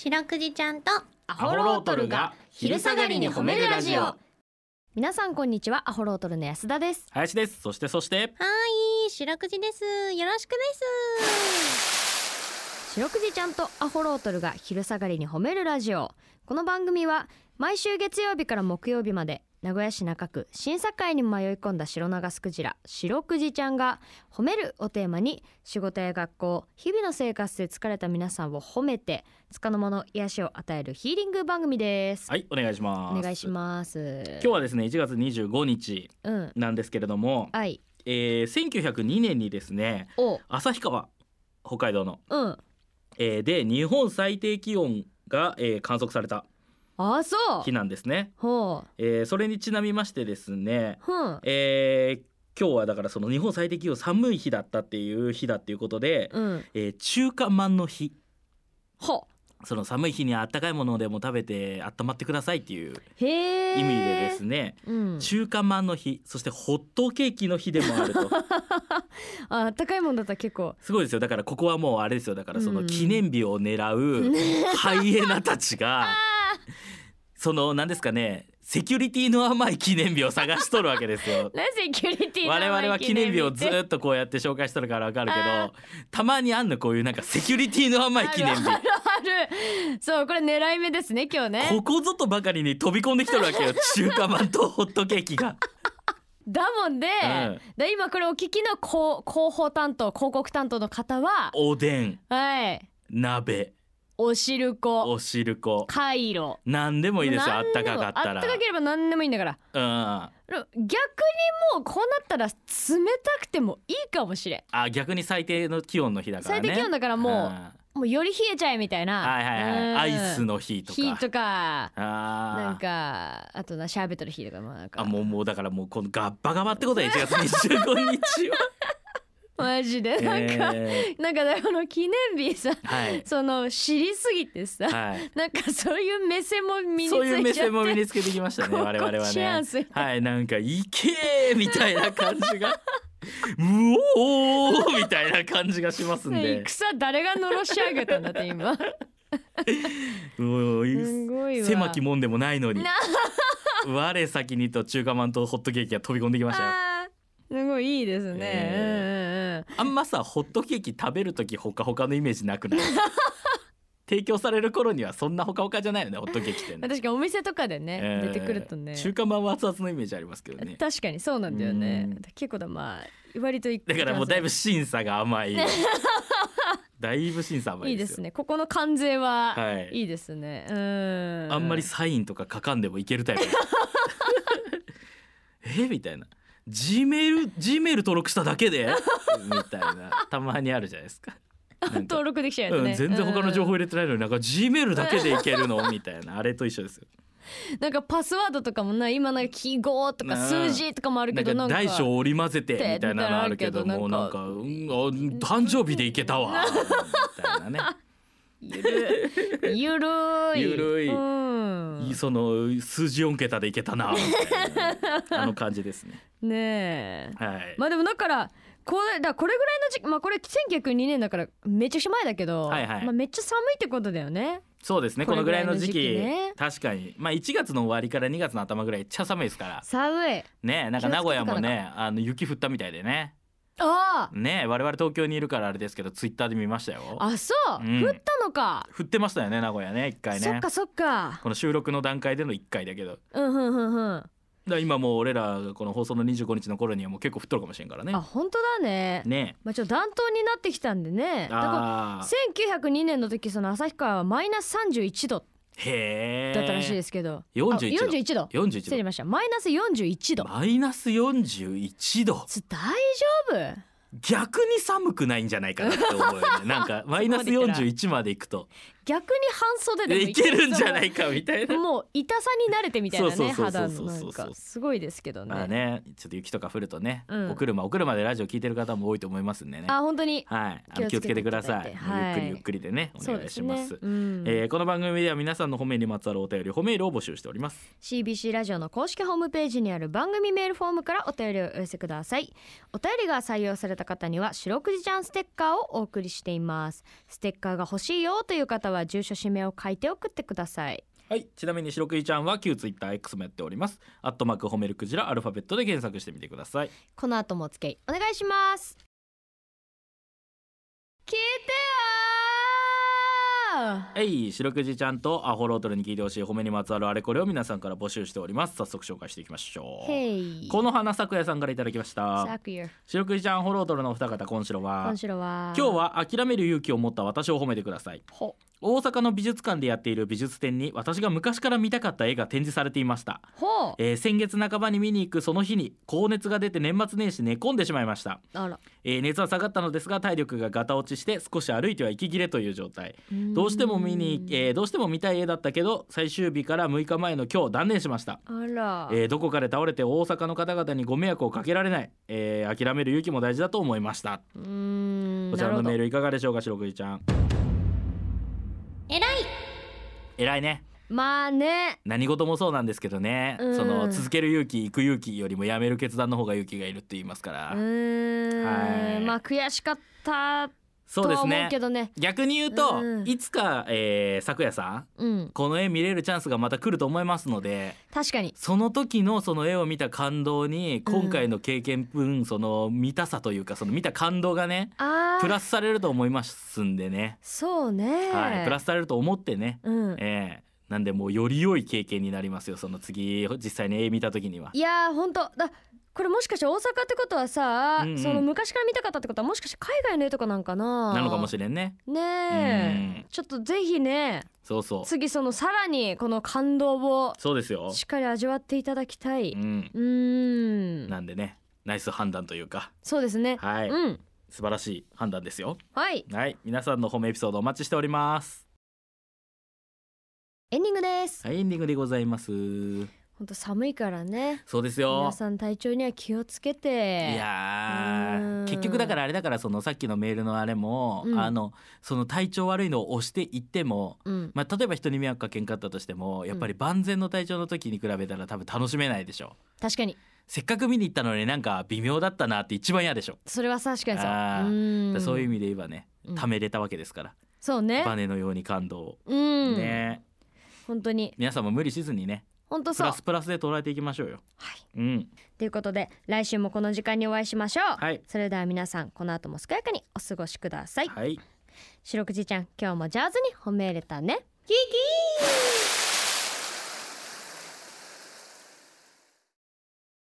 白くじちゃんとアホロートルが昼下がりに褒めるラジオ。 皆さんこんにちは、アホロートルの安田です。 林です。そしてはい白くじです。よろしくです。 白くじちゃんとアホロートルが昼下がりに褒めるラジオ。この番組は毎週月曜日から木曜日まで名古屋市中区審査会に迷い込んだ白長スクジラ白くじちゃんが褒めるをテーマに仕事や学校日々の生活で疲れた皆さんを褒めて束の間の癒しを与えるヒーリング番組です。 はい、お願いします。 お願いします。 今日はですね1月25日なんですけれども、 はい、 1902年にですね旭川北海道の、で日本最低気温が、観測された日なんですね。それにちなみましてですね、今日はだからその日本最低気温寒い日だったっていう日だっていうことで、中華まんの日、その寒い日にあったかいものでも食べて温まってくださいっていう意味でですね、中華まんの日、そしてホットケーキの日でもあるとあったかいもんだったら結構すごいですよ。だからここはもうあれですよ。だからその記念日を狙うハイエナたちがその何ですかね、セキュリティの甘い記念日を探しとるわけですよ。 セキュリティの甘い記念日って我々は記念日をずっとこうやって紹介しとるから分かるけど、たまにあんのこういうなんかセキュリティの甘い記念日あるそう、これ狙い目ですね今日ね。 ここぞとばかりに飛び込んできとるわけよ中華まんとホットケーキがだもんで、で今これお聞きの広報担当広告担当の方はおでん、鍋、 お汁粉、カイロ何でもいいですよ。あったかかったら、 あったかければ何でもいいんだから、逆にもうこうなったら冷たくてもいいかもしれん。 逆に最低の気温の日だからね。 最低気温だからもうより冷えちゃえみたいな、 アイスの日とかなんかあとシャーベットの日とかもなんかもうだからもうこのガッバガバってことは1月25日はマジでなんかこの記念日さ、その知りすぎてさ、なんかそういう目線も身についちゃって、 そういう目線も身につけてきましたね我々はね。なんかいけーみたいな感じがうおーみたいな感じがしますんで戦誰がのろし上げたんだって今すごいわ。 狭きもんでもないのに我先にと中華まんとホットケーキが飛び込んできましたよ。 すごいいいですね、 あんまさホットケーキ食べるときほかほかのイメージなくない提供される頃にはそんなほかほかじゃないよねホットケーキって、 確かにお店とかでね、出てくるとね中華まんは熱々のイメージありますけどね。 確かにそうなんだよね。結構割とだからもうだいぶ審査が甘いだいぶ審査甘いですよ。 いいですね、ここの関税はいいですね。 あんまりサインとか書かんでもいけるタイプみたいなG メール登録しただけでみたいなたまにあるじゃないですか登録できちゃうやつね、 全然他の情報入れてないのになんか G メールだけでいけるのみたいなあれと一緒ですよ。 なんかパスワードとかも今なんか記号とか数字とかもあるけど、なんか大小織り交ぜてみたいなのあるけども、なんか誕生日でいけたわみたいなねゆるい、その数字4桁でいけたなみたいな感じですね。 ねえ、でもだからこれぐらいの時期、これ1902年だからめっちゃ前だけだけど、めっちゃ寒いってことだよね。 そうですね、このぐらいの時期確かに1月の終わりから2月の頭ぐらいめっちゃ寒いですから。 寒いね。 なんか名古屋もね雪降ったみたいでね。我々東京にいるからあれですけどツイッターで見ましたよ。そう、 降ったのか。 降ってましたよね名古屋ね1回ね。 そっかこの収録の段階での1回だけど、だ今もう俺らこの放送の25日の頃にはもう結構降っとるかもしれんからね。 本当だね。ちょっと暖冬になってきたんでね。だから1902年の時その旭川はマイナス31度だったらしいですけど、41度失礼しました。マイナス41度。 マイナス41度大丈夫？ 逆に寒くないんじゃないかなって思うよねなんかマイナス41までいくと逆に半袖でもいけるんじゃないかみたいな、 もう痛さに慣れてみたいなね、肌のなんかすごいですけどね。 ちょっと雪とか降るとね、お車でラジオ聞いてる方も多いと思いますんでね。 本当に気をつけてください。ゆっくりでねお願いします。この番組では皆さんの褒めにまつわるお便り褒めールを募集しております。 CBC ラジオの公式ホームページにある番組メールフォームからお便りをお寄せください。お便りが採用された方には白くじちゃんステッカーをお送りしています。ステッカーが欲しいよという方はは住所氏名を書いて送ってください。 はい、ちなみに白くじちゃんは旧 TwitterX もやっております。@褒めるクジラアルファベットで検索してみてください。 この後もお付き合いお願いします。聞いてよ白くじちゃんとアホロートルに聞いてほしい褒めにまつわるあれこれを皆さんから募集しております。早速紹介していきましょう。この花咲夜さんからいただきました。白くじちゃん、アホロートルのお二方、今週は今日は諦める勇気を持った私を褒めてください。大阪の美術館でやっている美術展に私が昔から見たかった絵が展示されていました。先月半ばに見に行くその日に高熱が出て年末年始寝込んでしまいました。熱は下がったのですが体力がガタ落ちして少し歩いては息切れという状態。どうしても見たい絵だったけど最終日から6日前の今日断念しました。どこかで倒れて大阪の方々にご迷惑をかけられない、諦める勇気も大事だと思いました。こちらのメールいかがでしょうか、白くじちゃん。偉いね。 まあね、 何事もそうなんですけどね、その続ける勇気、行く勇気よりもやめる決断の方が勇気がいるって言いますから。まあ悔しかったそうですね。 とは思うけどね。 逆に言うと、いつか、昨夜さん、この絵見れるチャンスがまた来ると思いますので、 確かにその時のその絵を見た感動に今回の経験分、その見たさというかその見た感動がねプラスされると思いますんでね。 そうね、 プラスされると思ってね、なんでもうより良い経験になりますよ、その次実際に絵見た時には。 いやーほんとだ、これもしかして大阪ってことはさ、その昔から見たかったってことはもしかして海外の絵とかなんかなのかもしれんね。 ちょっとぜひね、次そのさらにこの感動をそうですよしっかり味わっていただきたい。 なんでね、ナイス判断というか、 そうですね、 はい、素晴らしい判断ですよ。 はい、 皆さんの褒めエピソードお待ちしております。 エンディングです。 エンディングでございます。 ほんと寒いからね。 そうですよ。 皆さん体調には気をつけて。 いや結局だからあれだから、そのさっきのメールのあれも、その体調悪いのを押していっても、例えば人に迷惑かけんかったとしても、やっぱり万全の体調の時に比べたら多分楽しめないでしょ。 確かに。 せっかく見に行ったのになんか微妙だったなって一番嫌でしょ。 それは確かにそう。 そういう意味で言えばね、ためれたわけですから。そうね。バネのように感動を。ね。本当に皆さんも無理しずにね、本当そう、プラスで捉えていきましょうよ。ということで来週もこの時間にお会いしましょう。それでは皆さんこの後も健やかにお過ごしください。白くじちゃん、今日も上手に褒めれたね。キキー。